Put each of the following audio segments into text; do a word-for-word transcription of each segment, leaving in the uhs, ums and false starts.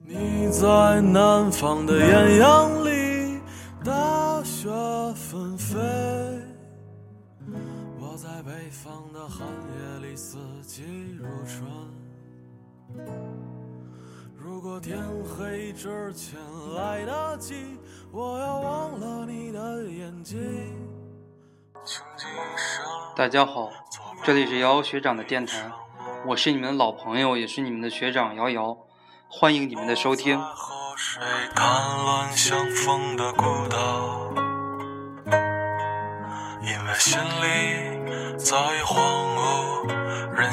你在南方的艳阳里，大雪纷飞，我在北方的寒夜里，四季如春。如果天黑之前来得及，我要忘了你的眼睛。 大家好，这里是瑶瑶学长的电台，我是你们的老朋友，也是你们的学长瑶瑶，欢迎你们的收听。 和谁谈论相逢的孤岛，因为心里早已荒无人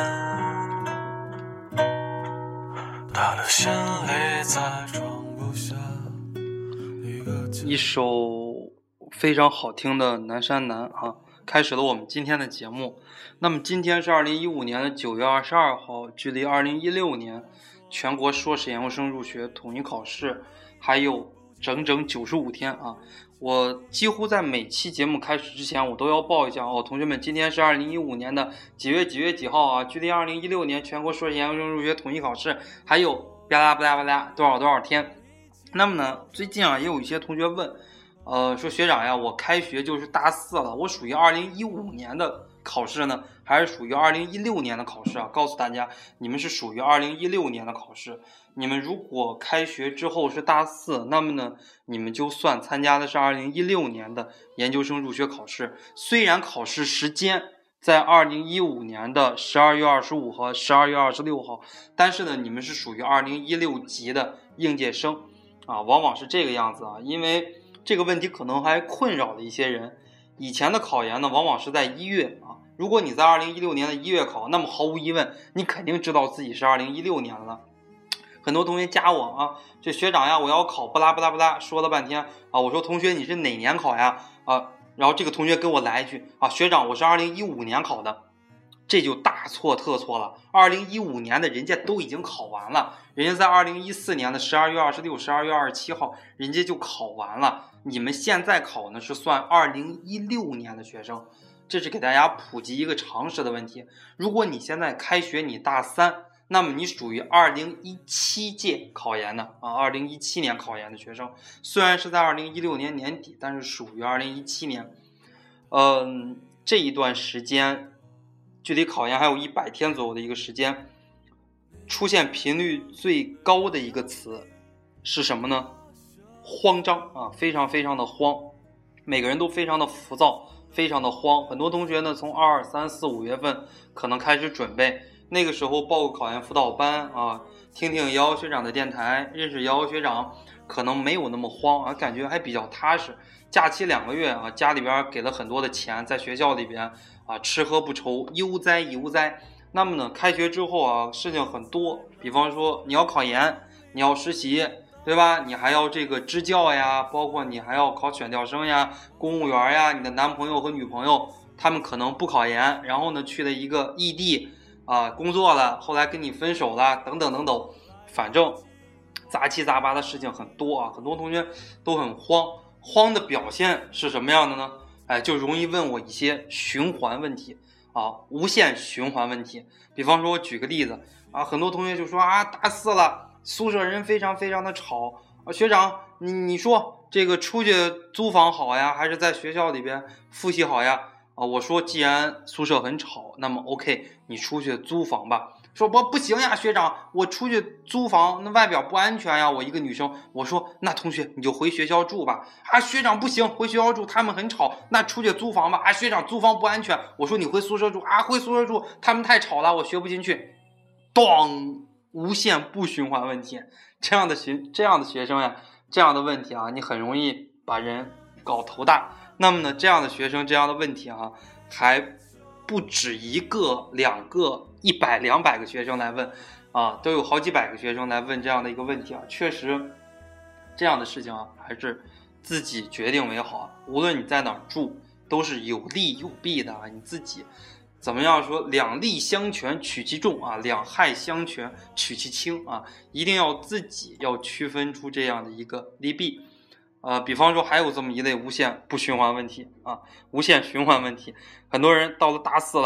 烟，他的心里再装不下一个一首非常好听的南山南啊，开始了我们今天的节目。那么今天是二零一五年的九月二十二号，距离二零一六年全国硕士研究生入学统一考试还有整整九十五天啊！我几乎在每期节目开始之前，我都要报一下哦，同学们，今天是二零一五年的几月几月几号啊？距离二零一六年全国硕士研究生入学统一考试还有吧啦吧啦吧啦多少多少天。那么呢，最近啊也有一些同学问，呃，说学长呀，我开学就是大四了，我属于二零一五年的考试呢，还是属于二零一六年的考试啊？告诉大家，你们是属于二零一六年的考试。你们如果开学之后是大四，那么呢，你们就算参加的是二零一六年的研究生入学考试。虽然考试时间在二零一五年的十二月二十五和十二月二十六号，但是呢，你们是属于二零一六级的应届生啊，往往是这个样子啊，因为这个问题可能还困扰了一些人。以前的考研呢，往往是在一月啊。如果你在二零一六年的一月考，那么毫无疑问，你肯定知道自己是二零一六年了。很多同学加我啊，这学长呀，我要考不拉不拉不拉，说了半天啊，我说同学你是哪年考呀？啊，然后这个同学跟我来一句啊，学长我是二零一五年考的。这就大错特错了。二零一五年的人家都已经考完了，人家在二零一四年的十二月二十六、十二月二十七号，人家就考完了。你们现在考呢是算二零一六年的学生，这是给大家普及一个常识的问题。如果你现在开学你大三，那么你属于二零一七届考研的啊，二零一七年考研的学生，虽然是在二零一六年年底，但是属于二零一七年。嗯，这一段时间。距离考研还有一百天左右的一个时间，出现频率最高的一个词是什么呢？慌张啊，非常非常的慌，每个人都非常的浮躁，非常的慌。很多同学呢，从二三四五月份可能开始准备，那个时候报个考研辅导班啊，听听瑶瑶学长的电台，认识瑶瑶学长，可能没有那么慌啊，感觉还比较踏实。假期两个月啊，家里边给了很多的钱，在学校里边啊，吃喝不愁，悠哉悠哉。那么呢，开学之后啊，事情很多，比方说你要考研，你要实习，对吧？你还要这个支教呀，包括你还要考选调生呀、公务员呀。你的男朋友和女朋友他们可能不考研，然后呢去了一个异地啊工作了，后来跟你分手了，等等等等，反正杂七杂八的事情很多啊，很多同学都很慌。慌的表现是什么样的呢？哎，就容易问我一些循环问题啊，无限循环问题。比方说，我举个例子啊，很多同学就说啊，大四了，宿舍人非常非常的吵啊，学长，你你说这个出去租房好呀，还是在学校里边复习好呀？啊，我说既然宿舍很吵，那么 OK， 你出去租房吧。说不不行呀，学长，我出去租房，那外表不安全呀，我一个女生。我说那同学你就回学校住吧。啊，学长不行，回学校住他们很吵，那出去租房吧。啊，学长租房不安全。我说你回宿舍住啊，回宿舍住他们太吵了，我学不进去。咚，无限不循环问题，这样的学这样的学生呀，这样的问题啊，你很容易把人搞头大。那么呢，这样的学生这样的问题啊，还不止一个、两个、一百、两百个学生来问啊，都有好几百个学生来问这样的一个问题啊。确实，这样的事情啊，还是自己决定为好。无论你在哪儿住，都是有利有弊的啊。你自己怎么样说？两利相权取其重啊，两害相权取其轻啊。一定要自己要区分出这样的一个利弊。呃，比方说还有这么一类无限不循环问题啊，无限循环问题。很多人到了大四了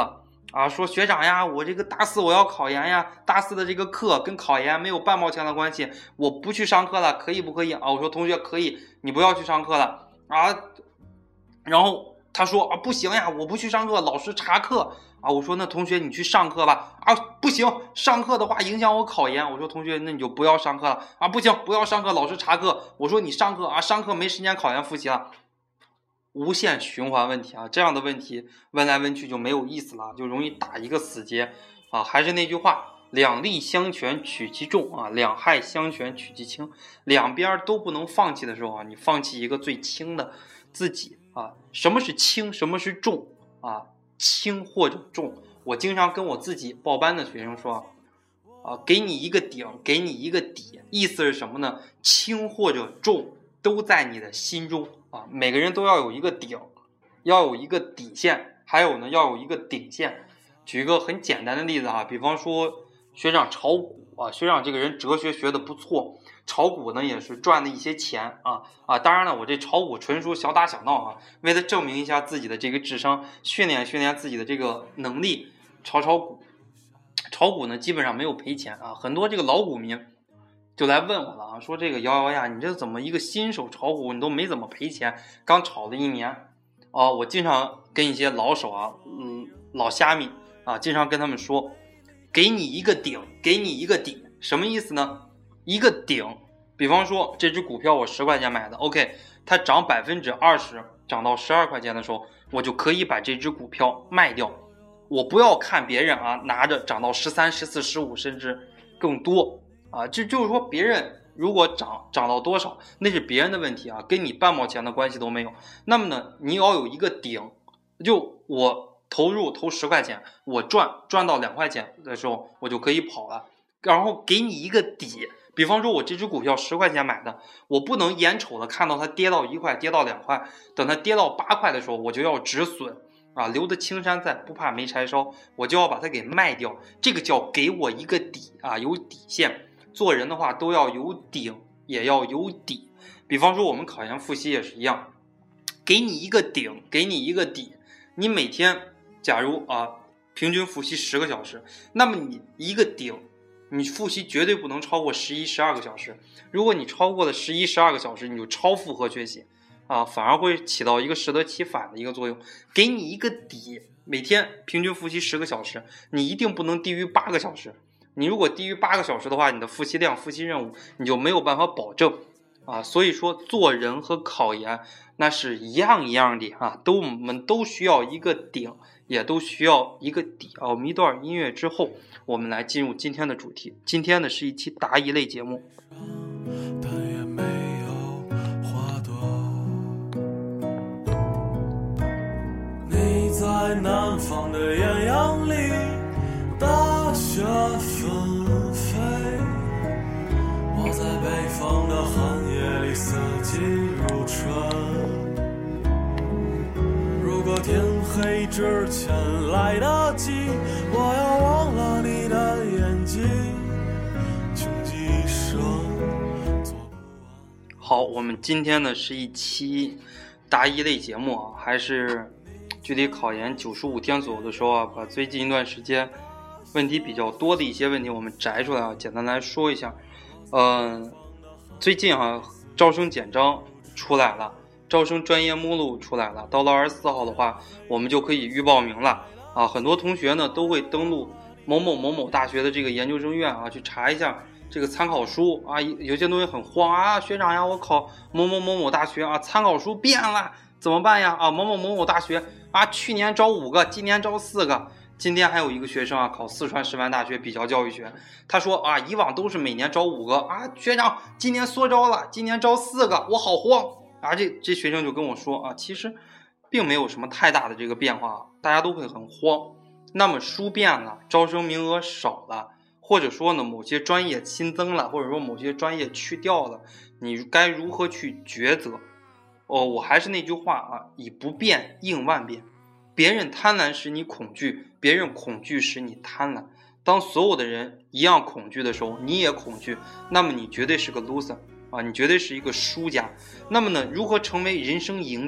啊，说学长呀，我这个大四我要考研呀，大四的这个课跟考研没有半毛钱的关系，我不去上课了，可以不可以啊？我说同学可以，你不要去上课了啊。然后他说啊，不行呀，我不去上课，老师查课啊。我说那同学你去上课吧。啊，不行，上课的话影响我考研。我说同学那你就不要上课了啊。不行，不要上课，老师查课。我说你上课啊，上课没时间考研复习了。无限循环问题啊，这样的问题问来问去就没有意思了，就容易打一个死结啊。还是那句话，两利相权取其重啊，两害相权取其轻，两边都不能放弃的时候啊，你放弃一个最轻的自己啊。什么是轻，什么是重啊？轻或者重，我经常跟我自己报班的学生说啊，给你一个顶，给你一个底，意思是什么呢？轻或者重都在你的心中啊，每个人都要有一个顶，要有一个底线，还有呢要有一个顶线。举一个很简单的例子啊，比方说学长炒股啊，学长这个人哲学学的不错，炒股呢也是赚了一些钱啊啊，当然了，我这炒股纯属小打小闹啊，为了证明一下自己的这个智商，训练训练自己的这个能力，炒炒股。炒股呢基本上没有赔钱啊，很多这个老股民就来问我了啊，说这个瑶瑶呀，你这怎么一个新手炒股你都没怎么赔钱，刚炒了一年啊。我经常跟一些老手啊，嗯，老虾米啊，经常跟他们说，给你一个顶，给你一个底，什么意思呢？一个顶，比方说这只股票我十块钱买的 ，OK， 它涨百分之二十，涨到十二块钱的时候，我就可以把这只股票卖掉。我不要看别人啊拿着涨到十三、十四、十五，甚至更多啊，这就是说别人如果涨涨到多少，那是别人的问题啊，跟你半毛钱的关系都没有。那么呢，你要有一个顶，就我投入投十块钱，我赚赚到两块钱的时候，我就可以跑了。然后给你一个底，比方说我这只股票十块钱买的，我不能眼瞅的看到它跌到一块，跌到两块，等它跌到八块的时候，我就要止损。啊，留得青山在，不怕没柴烧，我就要把它给卖掉。这个叫给我一个底啊，有底线。做人的话都要有顶，也要有底。比方说我们考研复习也是一样，给你一个顶，给你一个底。你每天假如啊平均复习十个小时，那么你一个顶，你复习绝对不能超过十一、十二个小时。如果你超过了十一、十二个小时，你就超负荷学习。啊，反而会起到一个适得其反的一个作用，给你一个底，每天平均复习十个小时，你一定不能低于八个小时。你如果低于八个小时的话，你的复习量、复习任务你就没有办法保证啊。所以说，做人和考研那是一样一样的啊，都我们都需要一个顶，也都需要一个底啊。我们一段音乐之后，我们来进入今天的主题。今天呢是一期答疑类节目。 在南方的艳阳里，大雪纷飞。我在北方的寒夜里，四季如春。如果天黑之前来得及，我要忘了你的眼睛，穷极一生做不完。 好，我们今天呢是一期答疑类节目啊，还是距离考研九十五天左右的时候啊，把最近一段时间问题比较多的一些问题我们摘出来啊，简单来说一下。嗯、呃，最近啊招生简章出来了，招生专业目录出来了，到了二十四号的话，我们就可以预报名了啊。很多同学呢都会登录某某某某大学的这个研究生院啊，去查一下这个参考书啊。有些同学很慌啊，学长呀，我考某某某某大学啊，参考书变了。怎么办呀？啊，某某某某大学啊，去年招五个，今年招四个。今天还有一个学生啊，考四川师范大学比较教育学，他说啊，以往都是每年招五个啊，学长今年缩招了，今年招四个，我好慌啊。这这学生就跟我说啊，其实并没有什么太大的这个变化，大家都会很慌。那么书变了，招生名额少了，或者说呢某些专业新增了，或者说某些专业去掉了，你该如何去抉择？哦，我还是那句话啊，以不变应万变。别人贪婪使你恐惧，别人恐惧使你贪婪。当所有的人一样恐惧的时候，你也恐惧，那么你绝对是个 loser 啊，你绝对是一个输家。那么呢，如何成为人生赢家？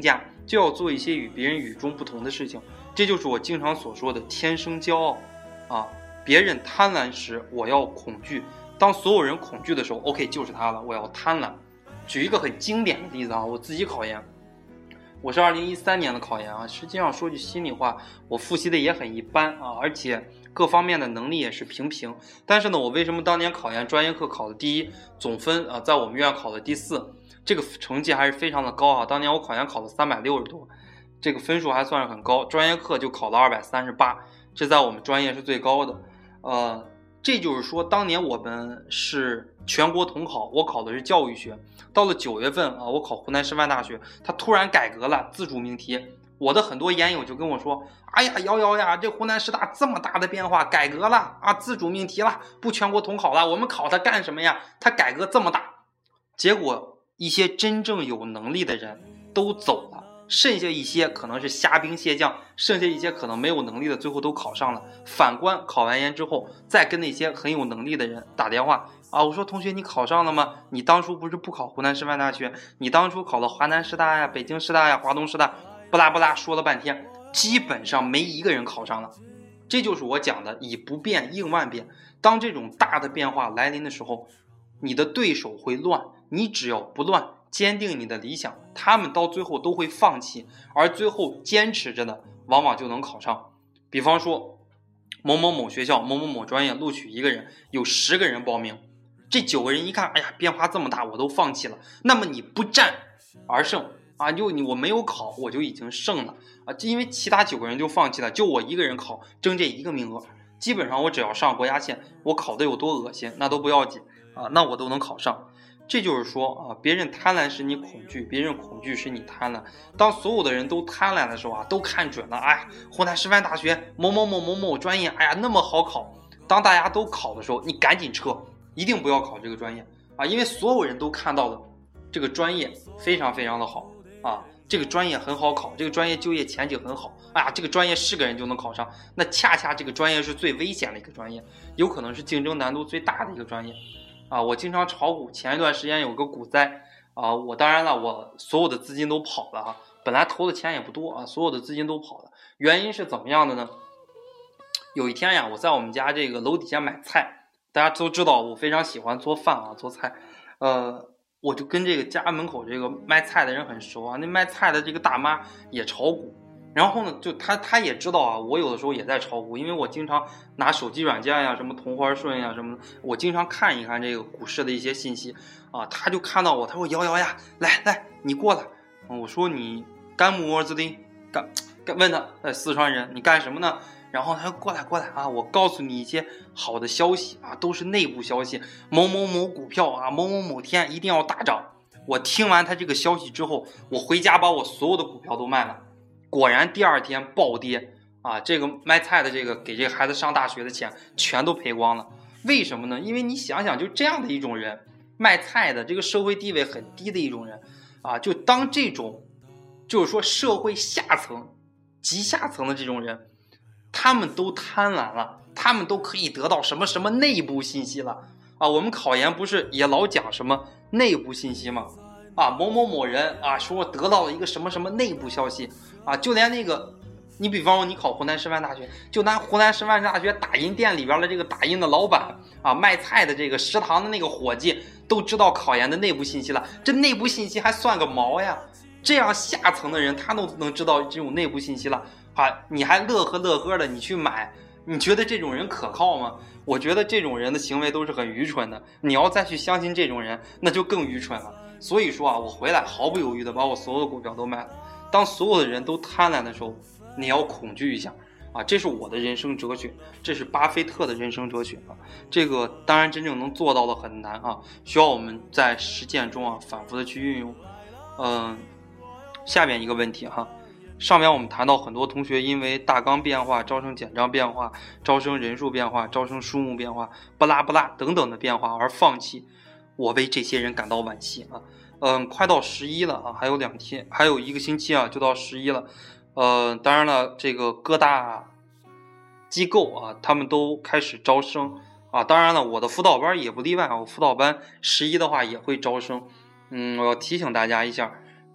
就要做一些与别人与众不同的事情。这就是我经常所说的天生骄傲啊！别人贪婪时，我要恐惧；当所有人恐惧的时候 ，OK， 就是他了，我要贪婪。举一个很经典的例子啊，我自己考研，我是二零一三年的考研啊。实际上说句心里话，我复习的也很一般啊，而且各方面的能力也是平平。但是呢，我为什么当年考研专业课考的第一，总分啊在我们院考的第四，这个成绩还是非常的高啊。当年我考研考了三百六十多，这个分数还算是很高，专业课就考了二百三十八，这在我们专业是最高的。呃，这就是说，当年我们是全国统考，我考的是教育学。到了九月份啊，我考湖南师范大学，他突然改革了自主命题。我的很多研友就跟我说：“哎呀，瑶瑶呀，这湖南师大这么大的变化，改革了啊，自主命题了，不全国统考了，我们考它干什么呀？它改革这么大。”结果一些真正有能力的人都走了。剩下一些可能是虾兵蟹将，剩下一些可能没有能力的，最后都考上了。反观考完研之后，再跟那些很有能力的人打电话啊，我说同学你考上了吗？你当初不是不考湖南师范大学，你当初考了华南师大呀、北京师大呀、华东师大，不拉不拉说了半天，基本上没一个人考上了。这就是我讲的以不变应万变。当这种大的变化来临的时候，你的对手会乱，你只要不乱，坚定你的理想，他们到最后都会放弃，而最后坚持着的往往就能考上。比方说某某某学校某某某专业录取一个人，有十个人报名，这九个人一看，哎呀，变化这么大，我都放弃了。那么你不战而胜啊，就你我没有考，我就已经胜了啊，因为其他九个人就放弃了，就我一个人考，争这一个名额，基本上我只要上国家线，我考的有多恶心那都不要紧啊，那我都能考上。这就是说啊，别人贪婪使你恐惧，别人恐惧使你贪婪。当所有的人都贪婪的时候啊，都看准了，哎，湖南师范大学某某某某某专业，哎呀，那么好考。当大家都考的时候，你赶紧撤，一定不要考这个专业啊，因为所有人都看到了这个专业非常非常的好啊，这个专业很好考，这个专业就业前景很好，哎呀，这个专业是个人就能考上。那恰恰这个专业是最危险的一个专业，有可能是竞争难度最大的一个专业。啊，我经常炒股，前一段时间有个股灾啊，我当然了，我所有的资金都跑了哈，本来投的钱也不多啊，所有的资金都跑了。原因是怎么样的呢？有一天呀，我在我们家这个楼底下买菜，大家都知道我非常喜欢做饭啊，做菜，呃，我就跟这个家门口这个卖菜的人很熟啊，那卖菜的这个大妈也炒股。然后呢，就他他也知道啊，我有的时候也在炒股，因为我经常拿手机软件呀，什么同花顺呀什么的，我经常看一看这个股市的一些信息啊。他就看到我，他说瑶瑶呀，来来，你过来。嗯、我说你干么子的？干干问他，呃，四川人，你干什么呢？然后他说过来过来啊，我告诉你一些好的消息啊，都是内部消息，某某某股票啊，某某某天一定要大涨。我听完他这个消息之后，我回家把我所有的股票都卖了。果然第二天暴跌啊！这个卖菜的这个给这个孩子上大学的钱全都赔光了。为什么呢？因为你想想，就这样的一种人，卖菜的这个社会地位很低的一种人啊，就当这种就是说社会下层极下层的这种人，他们都贪婪了，他们都可以得到什么什么内部信息了啊！我们考研不是也老讲什么内部信息吗？啊，某某某人啊说得到了一个什么什么内部消息啊，就连那个，你比方说你考湖南师范大学，就拿湖南师范大学打印店里边的这个打印的老板啊，卖菜的这个食堂的那个伙计都知道考研的内部信息了，这内部信息还算个毛呀？这样下层的人他都能知道这种内部信息了啊，你还乐呵乐呵的你去买，你觉得这种人可靠吗？我觉得这种人的行为都是很愚蠢的，你要再去相信这种人，那就更愚蠢了。所以说啊，我回来毫不犹豫的把我所有的股票都卖了。当所有的人都贪婪的时候，你要恐惧一下啊！这是我的人生哲学，这是巴菲特的人生哲学啊！这个当然真正能做到的很难啊，需要我们在实践中啊反复的去运用。嗯，下面一个问题哈，上面我们谈到很多同学因为大纲变化、招生简章变化、招生人数变化、招生数目变化、不拉不拉等等的变化而放弃。我为这些人感到惋惜啊，嗯，快到十一了啊，还有两天，还有一个星期啊，就到十一了，呃，当然了，这个各大机构啊，他们都开始招生啊，当然了，我的辅导班也不例外啊，我辅导班十一的话也会招生，嗯，我要提醒大家一下，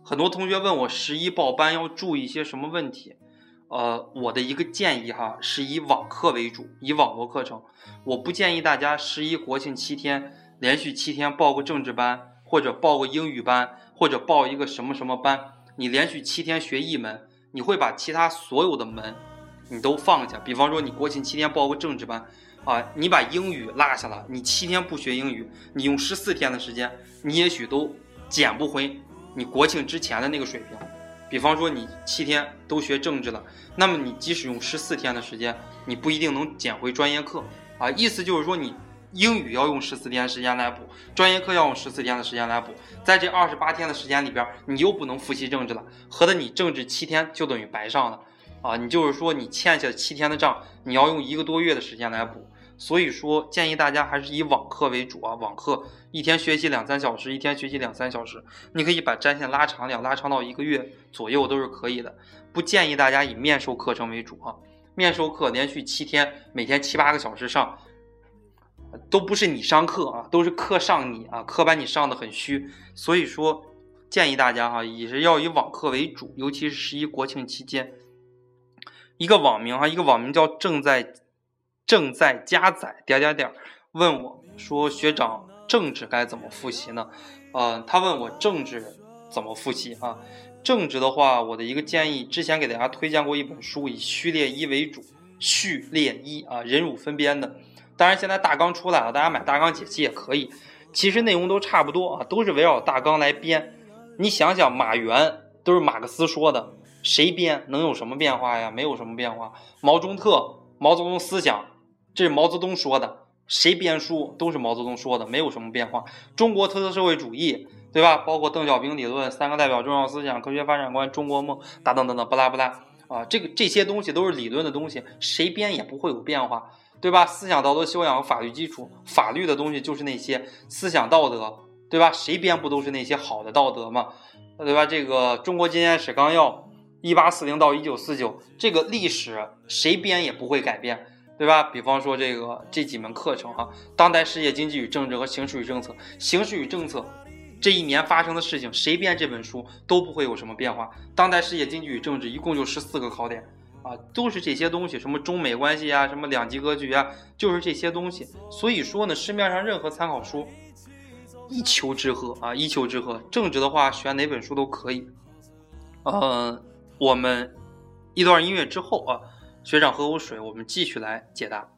很多同学问我十一报班要注意一些什么问题，呃，我的一个建议哈，是以网课为主，以网络课程。我不建议大家十一国庆七天连续七天报个政治班，或者报个英语班，或者报一个什么什么班。你连续七天学一门，你会把其他所有的门你都放下。比方说你国庆七天报个政治班啊，你把英语落下了，你七天不学英语，你用十四天的时间，你也许都捡不回你国庆之前的那个水平。比方说你七天都学政治了，那么你即使用十四天的时间，你不一定能捡回专业课啊。意思就是说，你英语要用十四天时间来补，专业课要用十四天的时间来补，在这二十八天的时间里边，你又不能复习政治了，合着你政治七天就等于白上了啊。你就是说你欠下七天的账，你要用一个多月的时间来补。所以说建议大家还是以网课为主啊，网课一天学习两三小时，一天学习两三小时，你可以把战线拉长点，拉长到一个月左右都是可以的。不建议大家以面授课程为主啊，面授课连续七天，每天七八个小时上，都不是你上课啊，都是课上你啊，课把你上的很虚。所以说建议大家哈、啊，也是要以网课为主，尤其是十一国庆期间。一个网名啊，一个网名叫正在。正在加载点点点问我说，学长政治该怎么复习呢？呃，他问我政治怎么复习啊？政治的话，我的一个建议，之前给大家推荐过一本书，以序列一为主，序列一啊，忍辱分编的。当然现在大纲出来了，大家买大纲解析也可以。其实内容都差不多啊，都是围绕大纲来编。你想想，马原都是马克思说的，谁编能有什么变化呀？没有什么变化。毛中特、毛泽东思想。这是毛泽东说的，谁编书都是毛泽东说的，没有什么变化。中国特色社会主义，对吧？包括邓小平理论、三个代表重要思想、科学发展观、中国梦，等等等等，巴拉巴拉啊，这个这些东西都是理论的东西，谁编也不会有变化，对吧？思想道德修养和法律基础，法律的东西就是那些思想道德，对吧？谁编不都是那些好的道德嘛，对吧？这个中国纪念史纲要一八四零到一九四九，这个历史谁编也不会改变。对吧？比方说这个这几门课程啊，当代世界经济与政治和形势与政策，形势与政策这一年发生的事情，谁编这本书都不会有什么变化。当代世界经济与政治一共就十四个考点啊，都是这些东西，什么中美关系啊，什么两极格局啊，就是这些东西。所以说呢，市面上任何参考书一丘之貉啊，一丘之貉。政治的话，选哪本书都可以。呃，我们一段音乐之后啊。学长喝口水，我们继续来解答。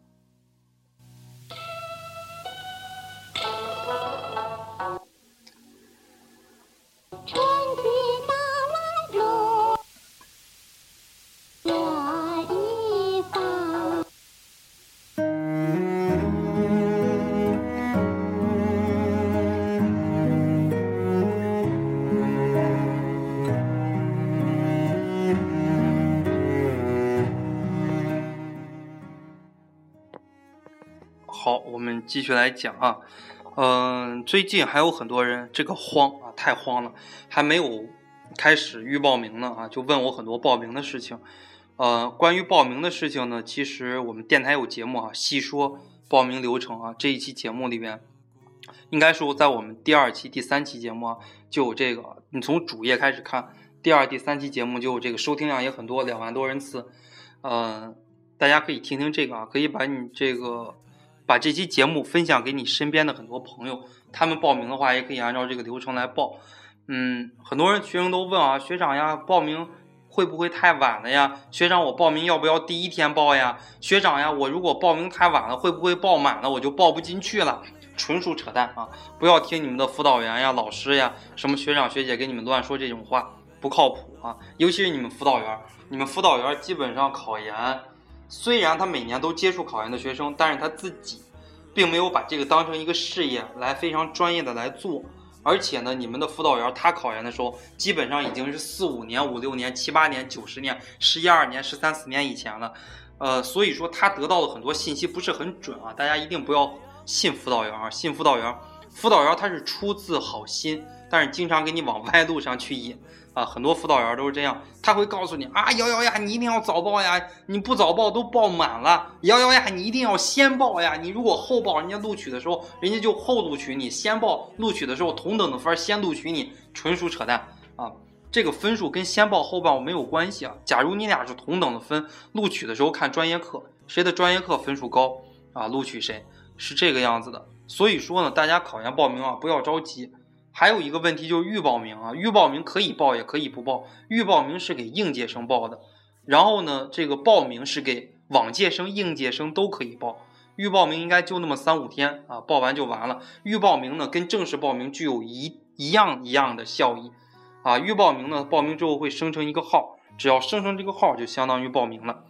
春去到来如愿一方。 好，我们继续来讲啊，嗯、呃，最近还有很多人这个慌啊，太慌了，还没有开始预报名呢啊，就问我很多报名的事情。呃，关于报名的事情呢，其实我们电台有节目啊，细说报名流程啊。这一期节目里边，应该是在我们第二期、第三期节目啊，就有这个。你从主页开始看，第二、第三期节目就有这个，收听量也很多，两万多人次。呃，大家可以听听这个啊，可以把你这个。把这期节目分享给你身边的很多朋友，他们报名的话也可以按照这个流程来报。嗯，很多人学生都问啊，学长呀，报名会不会太晚了呀？学长，我报名要不要第一天报呀？学长呀，我如果报名太晚了，会不会报满了我就报不进去了？纯属扯淡啊！不要听你们的辅导员呀、老师呀、什么学长学姐给你们乱说这种话，不靠谱啊！尤其是你们辅导员，你们辅导员基本上考研。虽然他每年都接触考研的学生，但是他自己并没有把这个当成一个事业来非常专业的来做。而且呢，你们的辅导员他考研的时候，基本上已经是四五年、五六年、七八年、九十年、十一二年、十三四年以前了。呃，所以说他得到的很多信息不是很准啊，大家一定不要信辅导员啊，信辅导员。辅导员他是出自好心，但是经常给你往歪路上去引。啊，很多辅导员都是这样，他会告诉你啊，瑶瑶呀，你一定要早报呀，你不早报都报满了。瑶瑶呀，你一定要先报呀，你如果后报，人家录取的时候，人家就后录取你；先报录取的时候，同等的分先录取你，纯属扯淡啊！ 这个分数跟先报后报没有关系啊。假如你俩是同等的分，录取的时候看专业课，谁的专业课分数高啊，录取谁，是这个样子的。所以说呢，大家考研报名啊，不要着急。还有一个问题就是预报名啊，预报名可以报也可以不报，预报名是给应届生报的，然后呢，这个报名是给往届生、应届生都可以报。预报名应该就那么三五天啊，报完就完了。预报名呢，跟正式报名具有一一样一样的效益啊。预报名呢，报名之后会生成一个号，只要生成这个号就相当于报名了。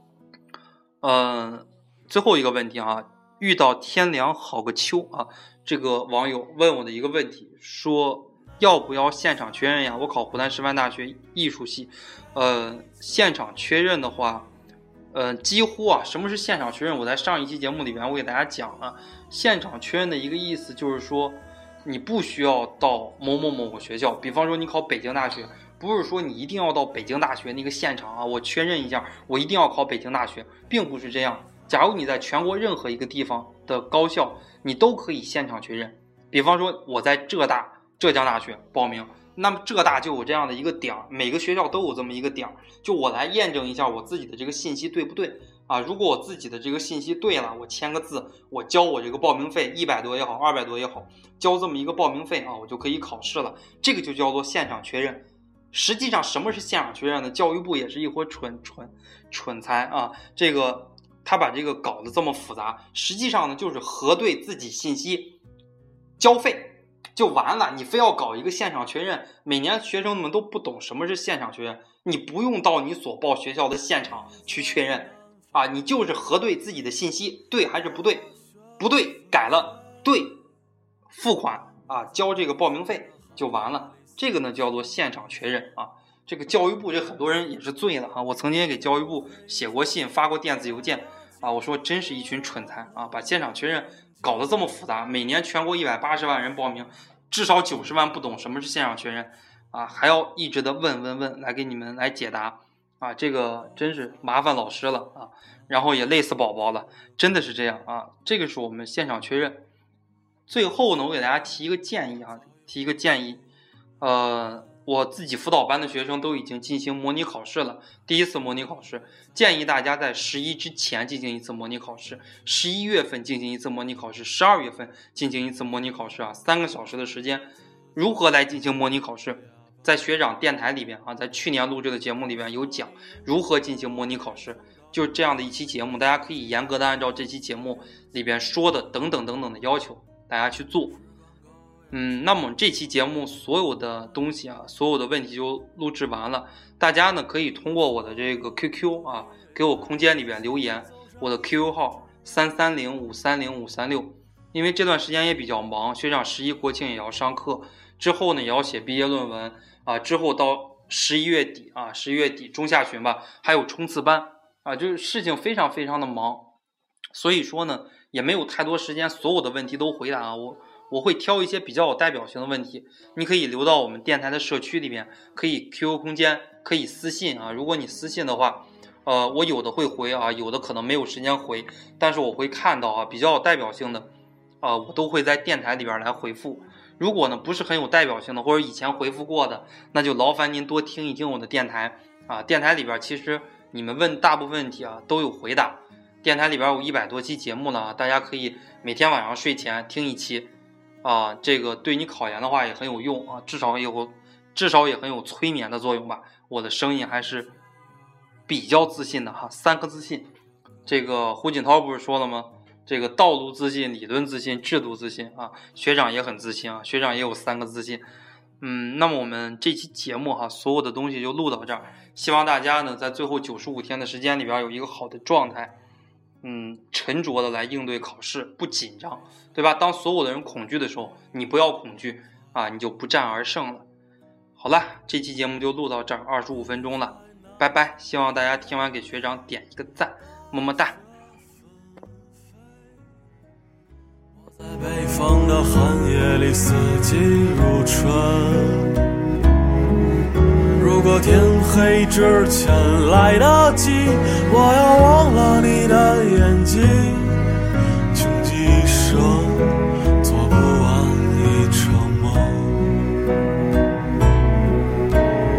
嗯，最后一个问题啊，遇到天凉好个秋啊，这个网友问我的一个问题，说要不要现场确认呀？我考湖南师范大学艺术系，呃，现场确认的话。呃，几乎啊，什么是现场确认？我在上一期节目里面我给大家讲了，现场确认的一个意思就是说，你不需要到某某某个学校，比方说你考北京大学，不是说你一定要到北京大学那个现场啊，我确认一下，我一定要考北京大学，并不是这样。假如你在全国任何一个地方的高校，你都可以现场确认。比方说我在浙大、浙江大学报名。那么浙大就有这样的一个点，每个学校都有这么一个点，就我来验证一下我自己的这个信息对不对啊？如果我自己的这个信息对了，我签个字，我交我这个报名费一百多也好，二百多也好，交这么一个报名费啊，我就可以考试了。这个就叫做现场确认。实际上什么是现场确认呢？教育部也是一伙蠢蠢蠢材啊！这个他把这个搞得这么复杂，实际上呢就是核对自己信息，交费。就完了，你非要搞一个现场确认，每年学生们都不懂什么是现场确认，你不用到你所报学校的现场去确认啊，你就是核对自己的信息对还是不对，不对改了，对付款啊，交这个报名费就完了。这个呢叫做现场确认啊。这个教育部这很多人也是醉了啊，我曾经也给教育部写过信，发过电子邮件啊，我说真是一群蠢材啊，把现场确认搞得这么复杂，每年全国一百八十万人报名，至少九十万不懂什么是现场确认啊，还要一直的问问问来给你们来解答啊，这个真是麻烦老师了啊，然后也累死宝宝了，真的是这样啊，这个是我们现场确认。最后呢，我给大家提一个建议啊，提一个建议，呃，我自己辅导班的学生都已经进行模拟考试了，第一次模拟考试，建议大家在十一之前进行一次模拟考试，十一月份进行一次模拟考试，十二月份进行一次模拟考试啊，三个小时的时间。如何来进行模拟考试？在学长电台里边啊，在去年录制的节目里边有讲如何进行模拟考试，就这样的一期节目，大家可以严格的按照这期节目里边说的等等等等的要求，大家去做。嗯，那么这期节目所有的东西啊，所有的问题就录制完了。大家呢可以通过我的这个 Q Q 啊，给我空间里边留言，我的 Q Q 号三三零五三零五三六。因为这段时间也比较忙，学长十一国庆也要上课，之后呢也要写毕业论文啊，之后到十一月底啊，十一月底中下旬吧，还有冲刺班啊，就是事情非常非常的忙，所以说呢也没有太多时间所有的问题都回答啊，我。我会挑一些比较有代表性的问题，你可以留到我们电台的社区里面，可以 Q Q 空间，可以私信啊。如果你私信的话，呃，我有的会回啊，有的可能没有时间回，但是我会看到啊，比较有代表性的，啊、呃，我都会在电台里边来回复。如果呢不是很有代表性的，或者以前回复过的，那就劳烦您多听一听我的电台啊。电台里边其实你们问大部分问题啊都有回答。电台里边有一百多期节目了，大家可以每天晚上睡前听一期。啊，这个对你考研的话也很有用啊，至少有，至少也很有催眠的作用吧。我的声音还是比较自信的哈，三个自信。这个胡锦涛不是说了吗？这个道路自信、理论自信、制度自信啊。学长也很自信啊，学长也有三个自信。嗯，那么我们这期节目哈，所有的东西就录到这儿。希望大家呢，在最后九十五天的时间里边有一个好的状态。嗯，沉着的来应对考试，不紧张，对吧？当所有的人恐惧的时候，你不要恐惧啊，你就不战而胜了。好了，这期节目就录到这儿，二十五分钟了，拜拜！希望大家听完给学长点一个赞，么么哒。 在北方的寒夜里，四季如春。如果天黑之前来得及，我要忘了你的眼睛，穷极一生做不完一场梦。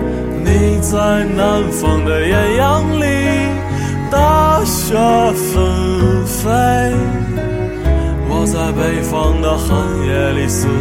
南方的艳阳里，大雪纷飞。我在北方的寒夜里思